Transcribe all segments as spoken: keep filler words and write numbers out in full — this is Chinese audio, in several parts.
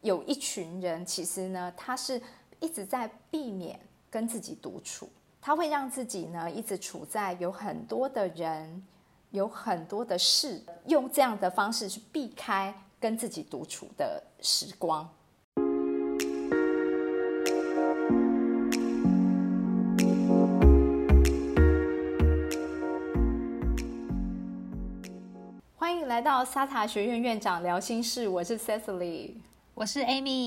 有一群人其实呢，他是一直在避免跟自己独处，他会让自己呢一直处在有很多的人、有很多的事，用这样的方式去避开跟自己独处的时光。欢迎来到沙塔学院院长聊心事，我是 Cecily， 我是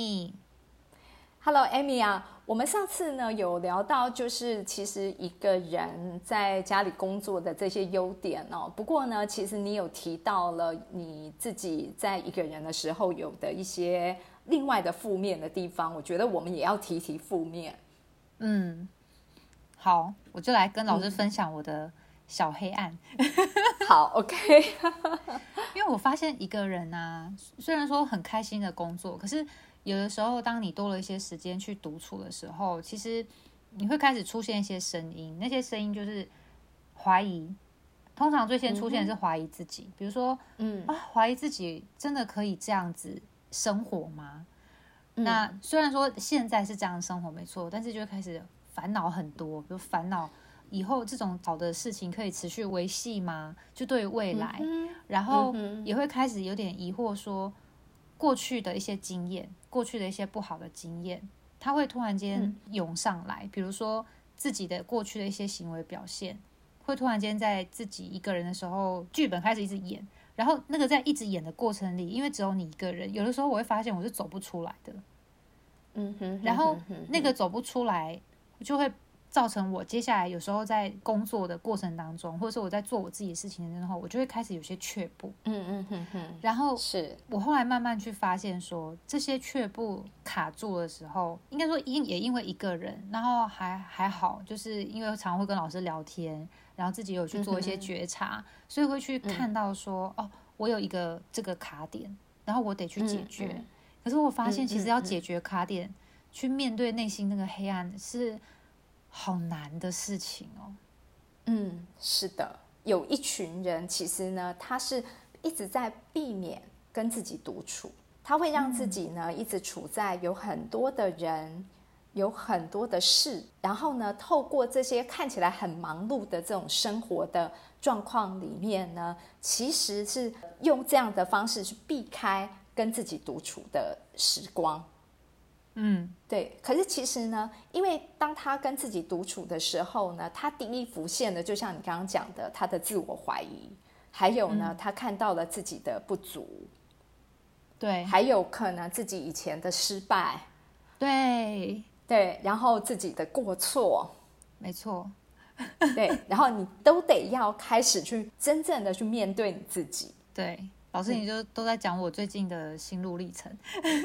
Amy。Hello Amy 啊，我们上次呢有聊到，就是其实一个人在家里工作的这些优点哦。不过呢，其实你有提到了你自己在一个人的时候有的一些另外的负面的地方，我觉得我们也要提提负面。 嗯，好，我就来跟老师分享我的小黑暗。嗯、 好 OK 因为我发现一个人啊，虽然说很开心的工作，可是有的时候当你多了一些时间去独处的时候，其实你会开始出现一些声音，那些声音就是怀疑，通常最先出现的是怀疑自己、嗯、比如说嗯啊，怀疑自己真的可以这样子生活吗、嗯、那虽然说现在是这样生活没错，但是就会开始烦恼很多，比如烦恼以后这种好的事情可以持续维系吗？就对于未来、嗯、然后也会开始有点疑惑说过去的一些经验，过去的一些不好的经验，它会突然间涌上来、嗯、比如说自己的过去的一些行为表现会突然间在自己一个人的时候剧本开始一直演，然后那个在一直演的过程里，因为只有你一个人，有的时候我会发现我是走不出来的，嗯哼，然后那个走不出来就会造成我接下来有时候在工作的过程当中，或者是我在做我自己的事情的时候，我就会开始有些却步。嗯嗯哼哼。然后是我后来慢慢去发现说，这些却步卡住的时候，应该说因也因为一个人，然后还还好，就是因为常常会跟老师聊天，然后自己有去做一些觉察，嗯、所以会去看到说、嗯，哦，我有一个这个卡点，然后我得去解决。嗯嗯、可是我发现，其实要解决卡点，嗯嗯嗯、去面对内心那个黑暗是好难的事情哦。 嗯，是的，有一群人其实呢，他是一直在避免跟自己独处，他会让自己呢、嗯、一直处在有很多的人、有很多的事，然后呢，透过这些看起来很忙碌的这种生活的状况里面呢，其实是用这样的方式去避开跟自己独处的时光。嗯，对。可是其实呢，因为当他跟自己独处的时候呢，他第一浮现的就像你刚刚讲的，他的自我怀疑，还有呢、嗯、他看到了自己的不足，对，还有可能自己以前的失败， 对对，然后自己的过错， 没错对，然后你都得要开始去真正的去面对你自己。 对，老师你就都在讲我最近的心路历程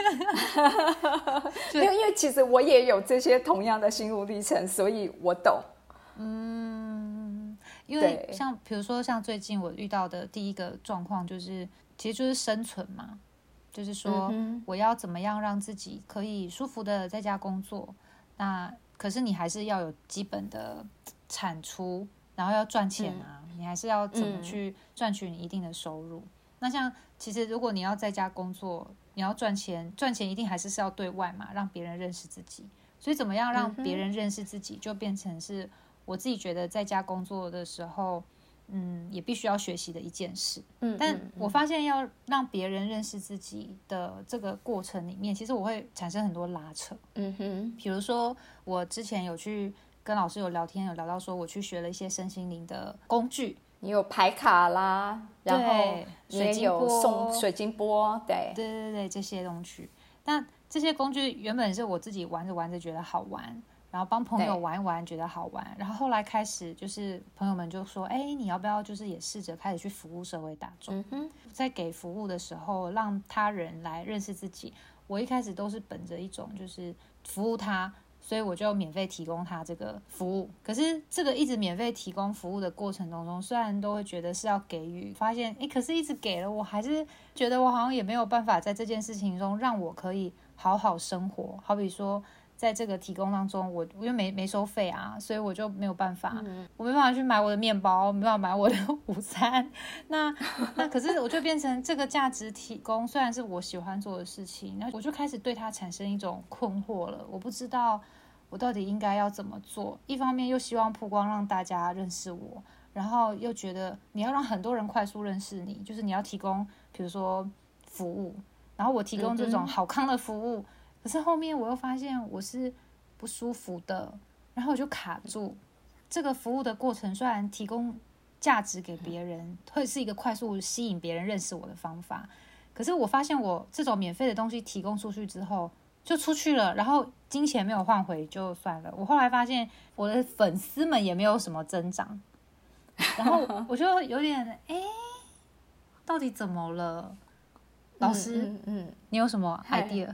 没有，因为其实我也有这些同样的心路历程，所以我懂。 嗯，因为像比如说像最近我遇到的第一个状况就是其实就是生存嘛，就是说我要怎么样让自己可以舒服的在家工作，那可是你还是要有基本的产出，然后要赚钱啊、嗯、你还是要怎么去赚取你一定的收入、嗯、那像其实如果你要在家工作，你要赚钱，赚钱一定还是是要对外嘛，让别人认识自己，所以怎么样让别人认识自己、嗯、就变成是我自己觉得在家工作的时候嗯，也必须要学习的一件事、嗯、但我发现要让别人认识自己的这个过程里面，其实我会产生很多拉扯。嗯哼，比如说我之前有去跟老师有聊天，有聊到说我去学了一些身心灵的工具， 你有牌卡啦，然后你也有送水晶波，对对对对，这些东西。那这些工具原本是我自己玩着玩着觉得好玩，然后帮朋友玩一玩觉得好玩，然后后来开始就是朋友们就说，哎，你要不要就是也试着开始去服务社会大众、嗯、哼，在给服务的时候让他人来认识自己，我一开始都是本着一种就是服务他，所以我就免费提供他这个服务。可是这个一直免费提供服务的过程当中，虽然都会觉得是要给予，发现诶可是一直给了，我还是觉得我好像也没有办法在这件事情中让我可以好好生活。好比说在这个提供当中，我我就没没收费啊，所以我就没有办法，嗯、我没办法去买我的面包，没办法买我的午餐。那那可是我就变成这个价值提供，虽然是我喜欢做的事情，那我就开始对它产生一种困惑了。我不知道我到底应该要怎么做。一方面又希望曝光让大家认识我，然后又觉得你要让很多人快速认识你，就是你要提供比如说服务，然后我提供这种好康的服务。嗯可是后面我又发现我是不舒服的，然后我就卡住。这个服务的过程虽然提供价值给别人，会是一个快速吸引别人认识我的方法，可是我发现我这种免费的东西提供出去之后就出去了，然后金钱没有换回就算了。我后来发现我的粉丝们也没有什么增长，然后我就有点哎，到底怎么了？老师，嗯嗯嗯、你有什么 idea？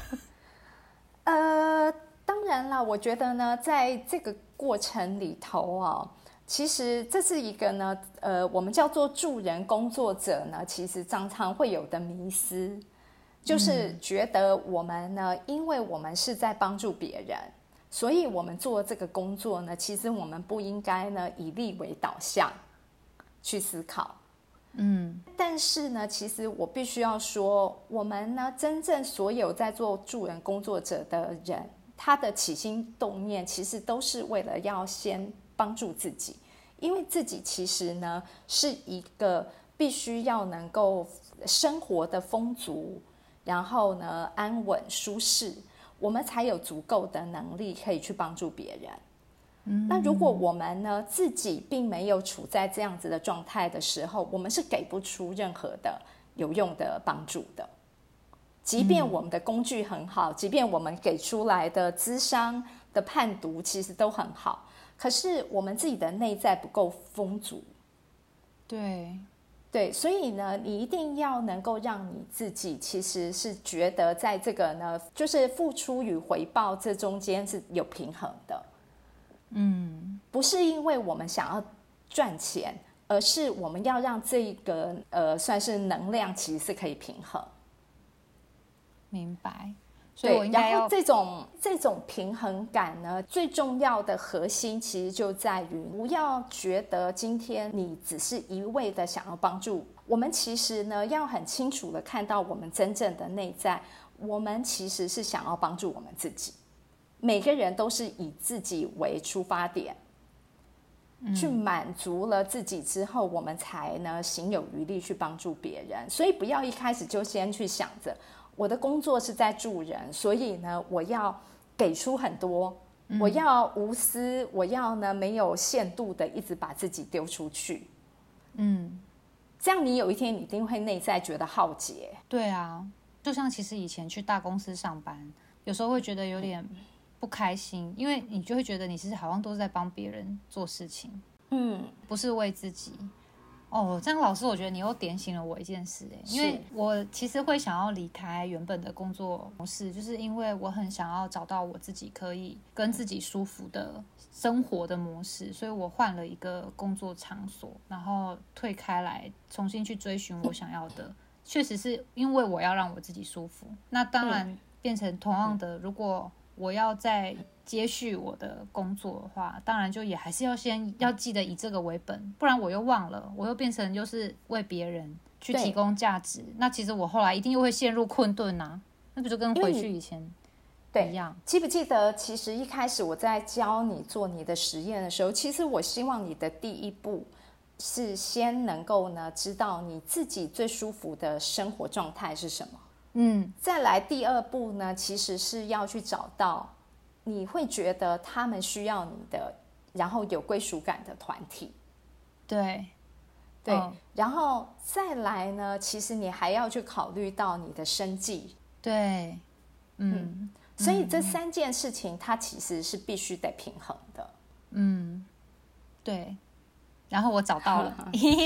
呃，当然啦，我觉得呢，在这个过程里头啊，其实这是一个呢，呃，我们叫做助人工作者呢，其实常常会有的迷思，就是觉得我们呢，嗯、因为我们是在帮助别人，所以我们做这个工作呢，其实我们不应该呢以利为导向去思考。嗯，但是呢，其实我必须要说，我们呢，真正所有在做助人工作者的人，他的起心动念其实都是为了要先帮助自己，因为自己其实呢是一个必须要能够生活的丰足，然后呢安稳舒适，我们才有足够的能力可以去帮助别人。那如果我们呢自己并没有处在这样子的状态的时候，我们是给不出任何的有用的帮助的。即便我们的工具很好，即便我们给出来的咨商的判读其实都很好，可是我们自己的内在不够丰足。 对对，所以呢，你一定要能够让你自己其实是觉得在这个呢，就是付出与回报这中间是有平衡的。嗯，不是因为我们想要赚钱，而是我们要让这个呃算是能量其实是可以平衡。 明白。所以我应该要， 然后这种这种平衡感呢，最重要的核心其实就在于不要觉得今天你只是一味的想要帮助我们，其实呢要很清楚的看到我们真正的内在，我们其实是想要帮助我们自己。每个人都是以自己为出发点，嗯、去满足了自己之后，我们才呢行有余力去帮助别人。所以不要一开始就先去想着我的工作是在助人，所以呢我要给出很多，嗯、我要无私，我要呢没有限度的一直把自己丢出去。嗯，这样你有一天你一定会内在觉得耗竭。 对啊，就像其实以前去大公司上班，有时候会觉得有点不开心，因为你就会觉得你是好像都是在帮别人做事情，嗯，不是为自己。哦，这样老师，我觉得你又点醒了我一件事，因为我其实会想要离开原本的工作模式，就是因为我很想要找到我自己可以跟自己舒服的生活的模式，所以我换了一个工作场所，然后退开来，重新去追寻我想要的。确实是因为我要让我自己舒服，那当然变成同样的，如果我要再接续我的工作的话，当然就也还是要先要记得以这个为本，不然我又忘了，我又变成就是为别人去提供价值，那其实我后来一定又会陷入困顿啊，那不就跟回去以前一样？ 记不记得其实一开始我在教你做你的实验的时候，其实我希望你的第一步是先能够呢知道你自己最舒服的生活状态是什么。嗯，再来第二步呢，其实是要去找到你会觉得他们需要你的，然后有归属感的团体。 对， 对、哦，然后再来呢，其实你还要去考虑到你的生计。 对，嗯， 嗯所以这三件事情它其实是必须得平衡的。 嗯，对。然后我找到了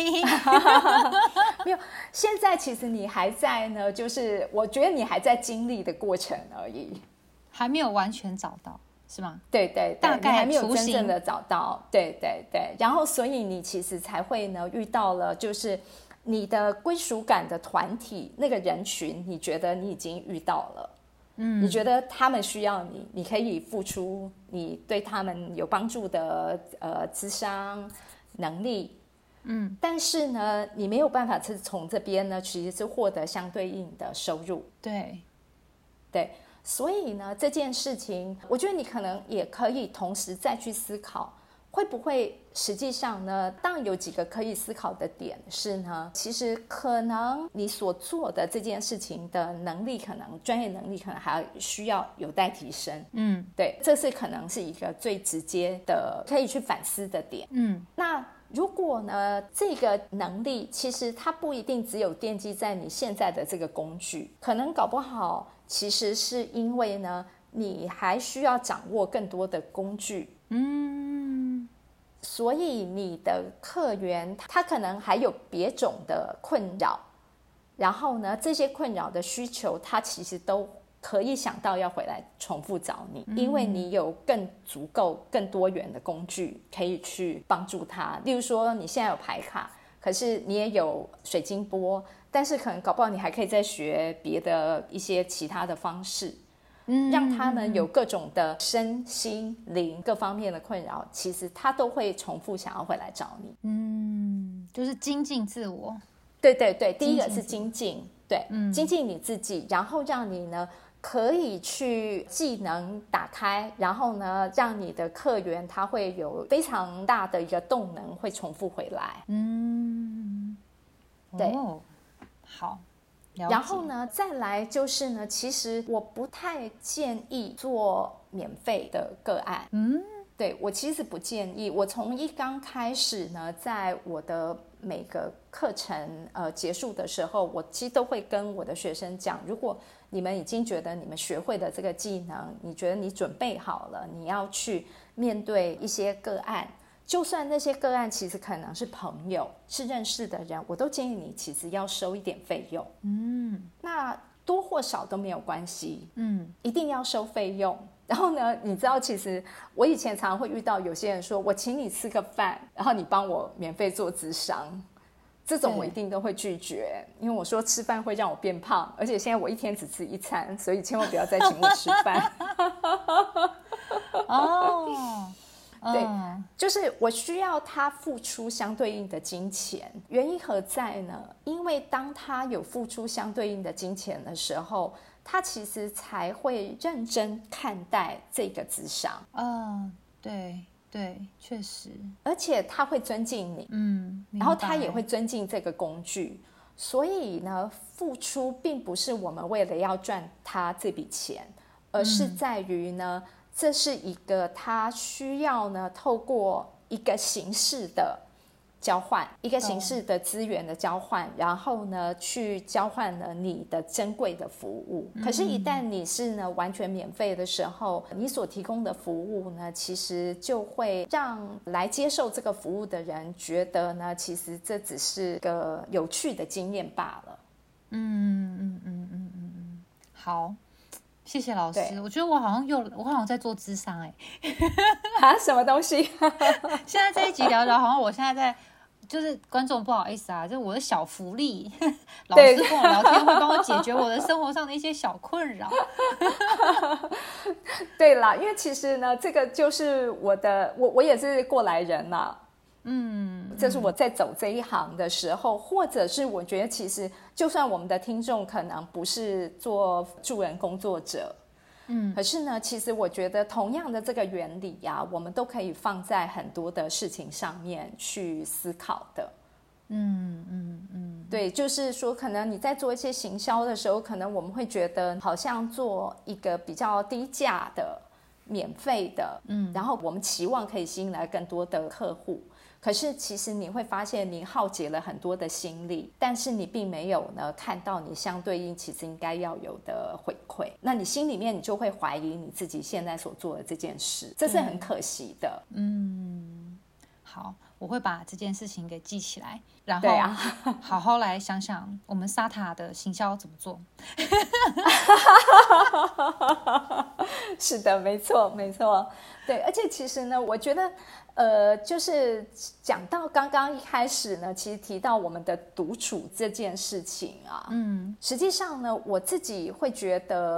没有，现在其实你还在呢，就是我觉得你还在经历的过程而已， 还没有完全找到，是吗？ 对对对， 大概你还没有真正的找到，对对对，然后所以你其实才会呢遇到了就是你的归属感的团体那个人群，你觉得你已经遇到了， 嗯，你觉得他们需要你，你可以付出你对他们有帮助的呃咨商能力，嗯，但是呢，你没有办法是从这边呢，其实是获得相对应的收入。 对， 对，所以呢，这件事情，我觉得你可能也可以同时再去思考。会不会实际上呢？当然有几个可以思考的点是呢，其实可能你所做的这件事情的能力，可能专业能力可能还要需要有待提升。嗯，对，这是可能是一个最直接的可以去反思的点。嗯，那如果呢，这个能力其实它不一定只有奠基在你现在的这个工具，可能搞不好其实是因为呢，你还需要掌握更多的工具。嗯，所以你的客源他可能还有别种的困扰，然后呢，这些困扰的需求他其实都可以想到要回来重复找你，因为你有更足够更多元的工具可以去帮助他。例如说你现在有牌卡，可是你也有水晶波，但是可能搞不好你还可以再学别的一些其他的方式，让他们有各种的身心灵各方面的困扰，其实他都会重复想要回来找你。 嗯，就是精进自我。 对对对，第一个是精进，对，嗯、精进你自己，然后让你呢可以去技能打开，然后呢让你的客源他会有非常大的一个动能会重复回来。嗯，对， 哦，好。 然后呢，再来就是呢，其实我不太建议做免费的个案。嗯，对，我其实不建议。我从一刚开始呢，在我的每个课程呃结束的时候，我其实都会跟我的学生讲，如果你们已经觉得你们学会的这个技能，你觉得你准备好了，你要去面对一些个案。就算那些个案其实可能是朋友是认识的人，我都建议你其实要收一点费用。嗯，那多或少都没有关系。嗯，一定要收费用。然后呢，你知道其实我以前常常会遇到有些人说，我请你吃个饭，然后你帮我免费做咨商，这种我一定都会拒绝，因为我说吃饭会让我变胖，而且现在我一天只吃一餐，所以千万不要再请我吃饭。哦，对，就是我需要他付出相对应的金钱，原因何在呢？因为当他有付出相对应的金钱的时候，他其实才会认真看待这个咨商。 哦，对对，确实， 而且他会尊敬你，嗯，然后他也会尊敬这个工具。所以呢，付出并不是我们为了要赚他这笔钱，而是在于呢。嗯，这是一个他需要呢透过一个形式的交换，一个形式的资源的交换，然后呢去交换了你的珍贵的服务。可是一旦你是呢完全免费的时候，你所提供的服务呢其实就会让来接受这个服务的人觉得呢其实这只是个有趣的经验罢了。嗯嗯嗯嗯嗯嗯，好，谢谢老师。我觉得我好像又我好像在做諮商哎、欸， 啊，什么东西？ 现在这一集聊聊，好像我现在在，就是观众不好意思啊，就是我的小福利，老师跟我聊天会帮我解决我的生活上的一些小困扰。 对啦，因为其实呢，这个就是我的，我我也是过来人啦。嗯，这是我在走这一行的时候，或者是我觉得其实就算我们的听众可能不是做助人工作者，嗯，可是呢其实我觉得同样的这个原理啊，我们都可以放在很多的事情上面去思考的。嗯嗯嗯，对，就是说可能你在做一些行销的时候，可能我们会觉得好像做一个比较低价的免费的，嗯，然后我们期望可以吸引来更多的客户，可是其实你会发现你耗竭了很多的心力，但是你并没有呢看到你相对应其实应该要有的回馈，那你心里面你就会怀疑你自己现在所做的这件事，这是很可惜的。 嗯，好，我会把这件事情给记起来，然后好好来想想我们沙塔的行销怎么做。 是的，没错没错，对，而且其实呢我觉得呃，就是讲到刚刚一开始呢，其实提到我们的独处这件事情啊，嗯，实际上呢，我自己会觉得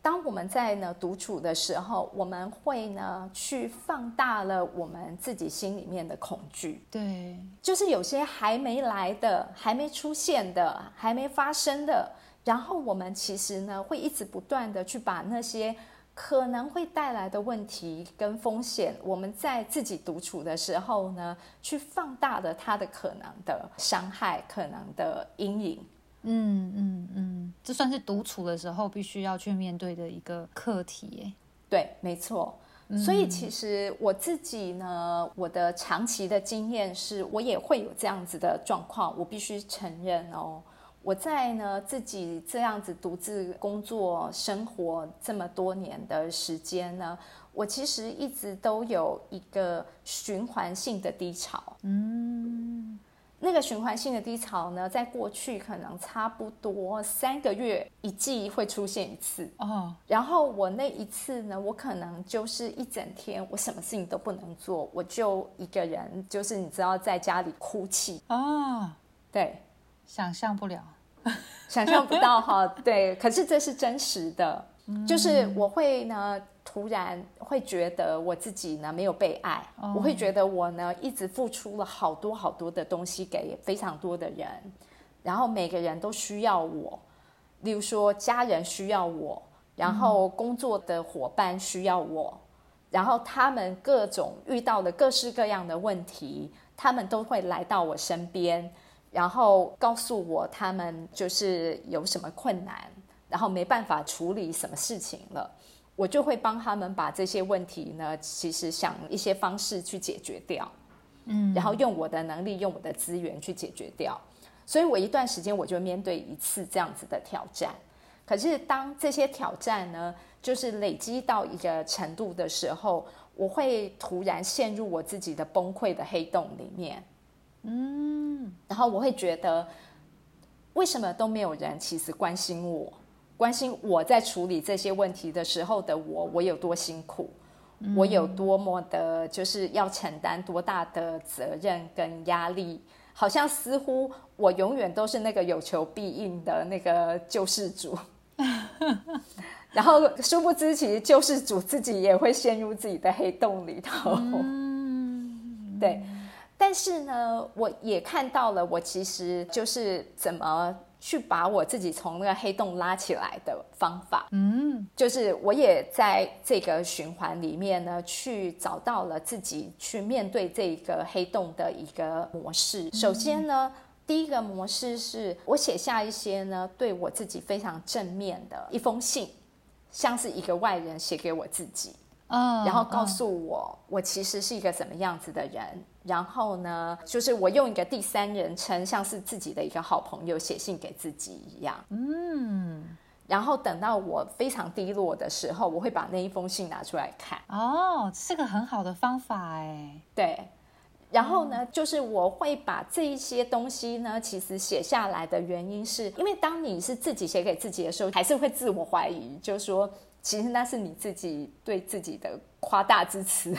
当我们在呢独处的时候，我们会呢去放大了我们自己心里面的恐惧。 对， 就是有些还没来的、还没出现的、还没发生的，然后我们其实呢会一直不断的去把那些可能会带来的问题跟风险，我们在自己独处的时候呢，去放大了它的可能的伤害、可能的阴影。 嗯嗯嗯，这算是独处的时候必须要去面对的一个课题耶。 对，没错。所以其实我自己呢，我的长期的经验是，我也会有这样子的状况，我必须承认哦。我在呢自己这样子独自工作生活这么多年的时间呢，我其实一直都有一个循环性的低潮。 嗯， 那个循环性的低潮呢，在过去可能差不多三个月一季会出现一次哦， 然后我那一次呢，我可能就是一整天我什么事情都不能做，我就一个人，就是你知道在家里哭泣。 哦， 对， 想象不了。 想象不到哈。对，可是这是真实的。就是我会呢突然会觉得我自己呢没有被爱，哦，我会觉得我呢一直付出了好多好多的东西给非常多的人，然后每个人都需要我，例如说家人需要我，然后工作的伙伴需要我，然后他们各种遇到的各式各样的问题，他们都会来到我身边，然后告诉我他们就是有什么困难，然后没办法处理什么事情了，我就会帮他们把这些问题呢，其实想一些方式去解决掉，嗯，然后用我的能力，用我的资源去解决掉。所以我一段时间我就面对一次这样子的挑战。可是当这些挑战呢，就是累积到一个程度的时候，我会突然陷入我自己的崩溃的黑洞里面。嗯，然后我会觉得为什么都没有人其实关心我，关心我在处理这些问题的时候的我，我有多辛苦，嗯，我有多么的就是要承担多大的责任跟压力，好像似乎我永远都是那个有求必应的那个救世主然后殊不知其实救世主自己也会陷入自己的黑洞里头。嗯，对。但是呢，我也看到了我其实就是怎么去把我自己从那个黑洞拉起来的方法。嗯，就是我也在这个循环里面呢，去找到了自己去面对这个黑洞的一个模式。首先呢，第一个模式是我写下一些呢对我自己非常正面的一封信，像是一个外人写给我自己。Oh, 然后告诉我、oh. 我其实是一个什么样子的人，然后呢就是我用一个第三人称，像是自己的一个好朋友写信给自己一样。嗯，然后等到我非常低落的时候，我会把那一封信拿出来看。 哦，是个很好的方法哎。 对，然后呢、嗯、就是我会把这一些东西呢其实写下来的原因是因为当你是自己写给自己的时候，还是会自我怀疑，就是说其实那是你自己对自己的夸大之词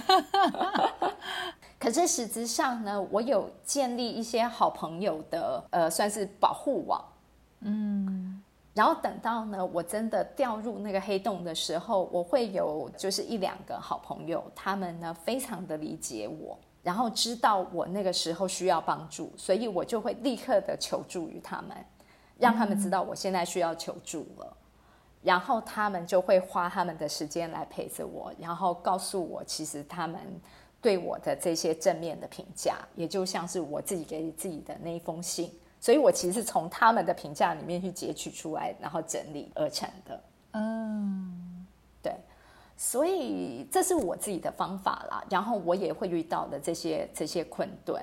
可是实质上呢，我有建立一些好朋友的呃，算是保护网。嗯，然后等到呢我真的掉入那个黑洞的时候，我会有就是一两个好朋友，他们呢非常的理解我，然后知道我那个时候需要帮助，所以我就会立刻的求助于他们，让他们知道我现在需要求助了。嗯，然后他们就会花他们的时间来陪着我，然后告诉我其实他们对我的这些正面的评价，也就像是我自己给自己的那一封信，所以我其实是从他们的评价里面去截取出来，然后整理而成的。嗯，对，所以这是我自己的方法啦，然后我也会遇到的这些这些困顿。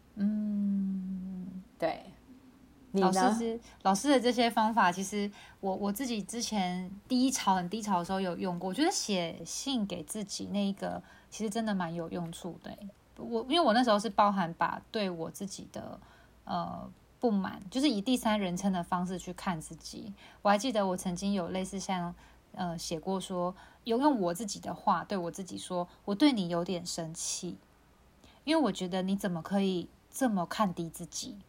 嗯，对。 老师老师的这些方法，其实我我自己之前低潮很低潮的时候有用过。我觉得写信给自己那一个，其实真的蛮有用处的。我因为我那时候是包含把对我自己的呃不满，就是以第三人称的方式去看自己。我还记得我曾经有类似像呃写过说，有用我自己的话对我自己说，我对你有点生气，因为我觉得你怎么可以这么看低自己。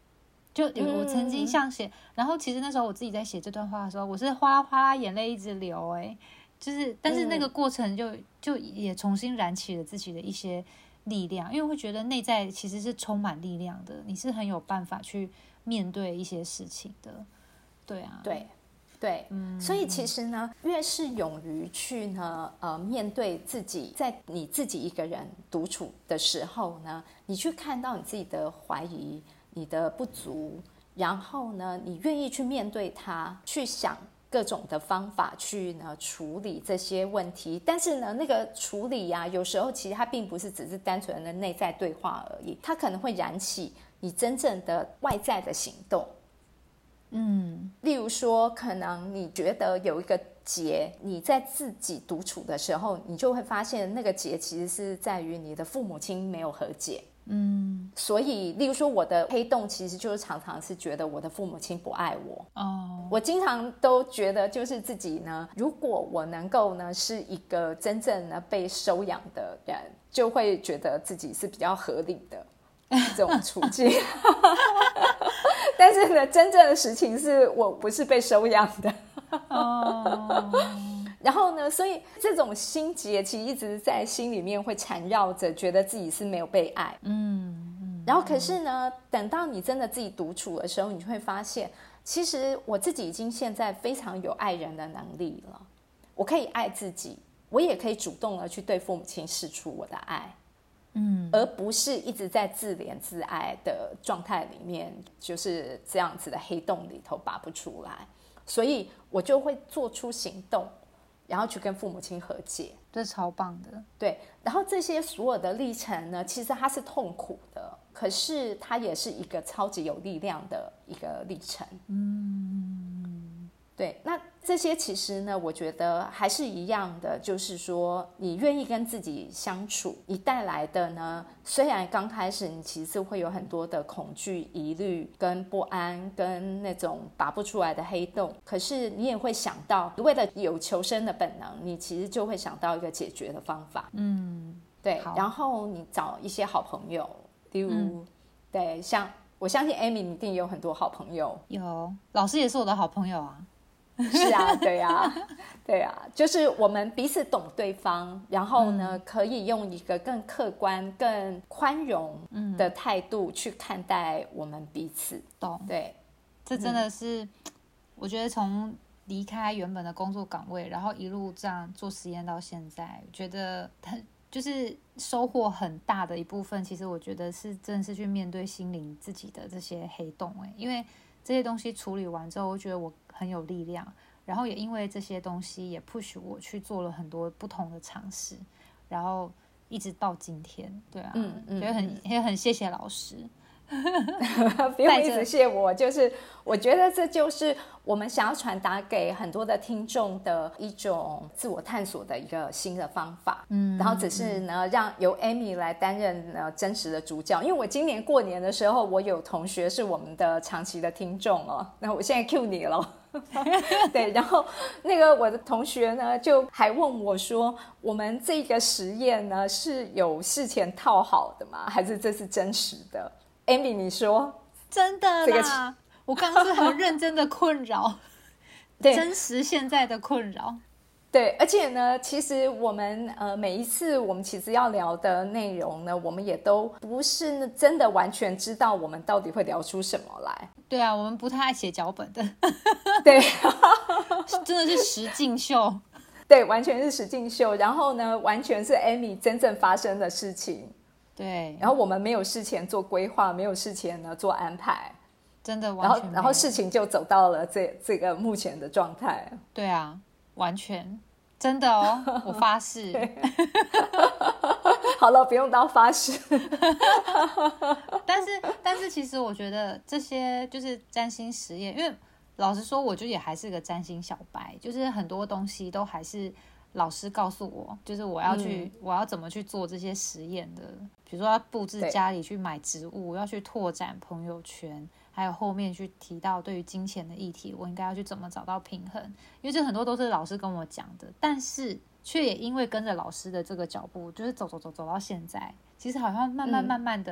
就我曾经像写、嗯、然后其实那时候我自己在写这段话的时候，我是哗啦哗啦眼泪一直流，哎，就是但是那个过程就、嗯、就也重新燃起了自己的一些力量，因为会觉得内在其实是充满力量的，你是很有办法去面对一些事情的。对啊， 对对、嗯、所以其实呢，越是勇于去呢呃面对自己，在你自己一个人独处的时候呢，你去看到你自己的怀疑，你的不足，然后呢你愿意去面对它，去想各种的方法去呢处理这些问题。但是呢那个处理啊，有时候其实它并不是只是单纯的内在对话而已，它可能会燃起你真正的外在的行动。嗯，例如说可能你觉得有一个结，你在自己独处的时候，你就会发现那个结其实是在于你的父母亲没有和解。嗯，所以例如说我的黑洞其实就是常常是觉得我的父母亲不爱我。哦，我经常都觉得就是自己呢，如果我能够呢是一个真正呢被收养的人，就会觉得自己是比较合理的这种处境。但是呢真正的实情是我不是被收养的。哦，然后呢所以这种心结其实一直在心里面会缠绕着，觉得自己是没有被爱。嗯嗯，然后可是呢等到你真的自己独处的时候，你就会发现其实我自己已经现在非常有爱人的能力了，我可以爱自己，我也可以主动的去对父母亲释出我的爱。嗯，而不是一直在自怜自哀的状态里面，就是这样子的黑洞里头拔不出来，所以我就会做出行动，然后去跟父母亲和解。 这超棒的。 对，然后这些所有的历程呢，其实它是痛苦的，可是它也是一个超级有力量的一个历程。嗯，对，那这些其实呢我觉得还是一样的，就是说你愿意跟自己相处，你带来的呢，虽然刚开始你其实会有很多的恐惧、疑虑跟不安跟那种拔不出来的黑洞，可是你也会想到，为了有求生的本能，你其实就会想到一个解决的方法。嗯，对，然后你找一些好朋友，例如、嗯、对，像我相信 Amy 你一定有很多好朋友。 有，老师也是我的好朋友啊。 是啊，对啊，对啊，就是我们彼此懂对方，然后呢、嗯、可以用一个更客观更宽容的态度去看待我们彼此。懂，对， 这真的是、嗯、我觉得从离开原本的工作岗位，然后一路这样做实验到现在，觉得很就是收获很大的一部分，其实我觉得是真的是去面对心灵自己的这些黑洞。因为这些东西处理完之后，我觉得我很有力量，然后也因为这些东西也 push 我去做了很多不同的尝试，然后一直到今天。对啊，嗯嗯，也很也很谢谢老师。 不用一直谢我，就是我觉得这就是我们想要传达给很多的听众的一种自我探索的一个新的方法。嗯，然后只是呢让由 Amy 来担任呢真实的主角，因为我今年过年的时候，我有同学是我们的长期的听众哦，那我现在 cue 你了。对，然后那个我的同学呢就还问我说，我们这个实验呢是有事前套好的吗？还是这是真实的？Amy 你说。 真的啦、这个、我刚刚是很认真的困扰。对，真实现在的困扰。 对，而且呢其实我们呃每一次我们其实要聊的内容呢，我们也都不是真的完全知道我们到底会聊出什么来。 对啊，我们不太爱写脚本的。 对。 真的是实境秀。 对，完全是实境秀，然后呢完全是 Amy 真正发生的事情。 对， 然后我们没有事前做规划，没有事前呢做安排， 真的完全没有， 然后然后事情就走到了这这个目前的状态。 对啊，完全真的哦，我发誓。 好了，不用到发誓。 但是但是其实我觉得这些就是占星实验，因为老实说我就也还是个占星小白，就是很多东西都还是老师告诉我，就是我要去、嗯、我要怎么去做这些实验的，比如说要布置家里，去买植物，要去拓展朋友圈，还有后面去提到对于金钱的议题，我应该要去怎么找到平衡，因为这很多都是老师跟我讲的，但是却也因为跟着老师的这个脚步，就是走走走走到现在，其实好像慢慢慢慢的、嗯、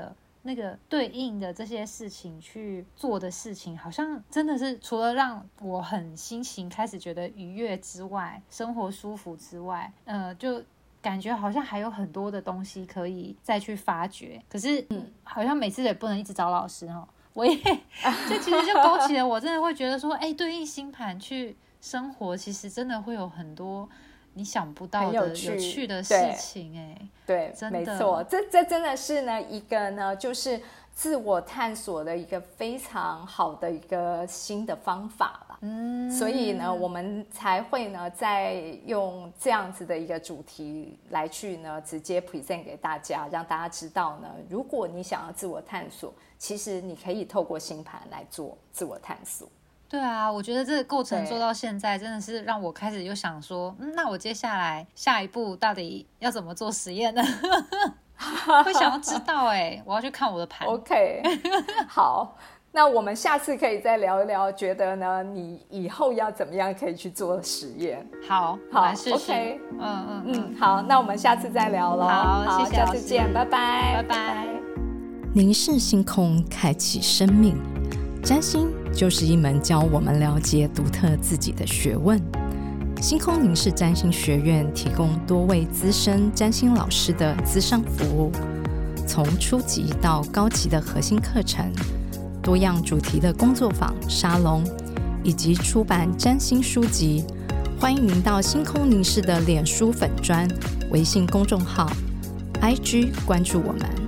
那个对应的这些事情去做的事情，好像真的是除了让我很心情开始觉得愉悦之外，生活舒服之外，呃，就感觉好像还有很多的东西可以再去发掘。可是，嗯，好像每次也不能一直找老师哦。我也这其实就勾起了我真的会觉得说，哎，对应星盘去生活，其实真的会有很多你想不到的有 趣, 有趣的事情。哎， 对， 真的没错，这这真的是呢一个呢就是自我探索的一个非常好的一个新的方法啦。嗯，所以呢我们才会呢再用这样子的一个主题来去呢直接 present 给大家，让大家知道呢，如果你想要自我探索，其实你可以透过星盘来做自我探索。 对啊，我觉得这个过程做到现在真的是让我开始又想说，嗯，那我接下来下一步到底要怎么做实验呢？会想要知道哎、欸，我要去看我的盘。 OK， 好，那我们下次可以再聊一聊，觉得呢你以后要怎么样可以去做实验。 好， 好， 来试试。 OK， 嗯嗯嗯，好，那我们下次再聊咯。 好， 好， 谢谢下次见，拜拜， 拜拜。 凝视星空，开启生命。占星就是一门教我们了解独特自己的学问。星空凝视占星学院提供多位资深占星老师的咨商服务，从初级到高级的核心课程，多样主题的工作坊、沙龙，以及出版占星书籍。欢迎您到星空凝视的脸书粉专、微信公众号、I G 关注我们。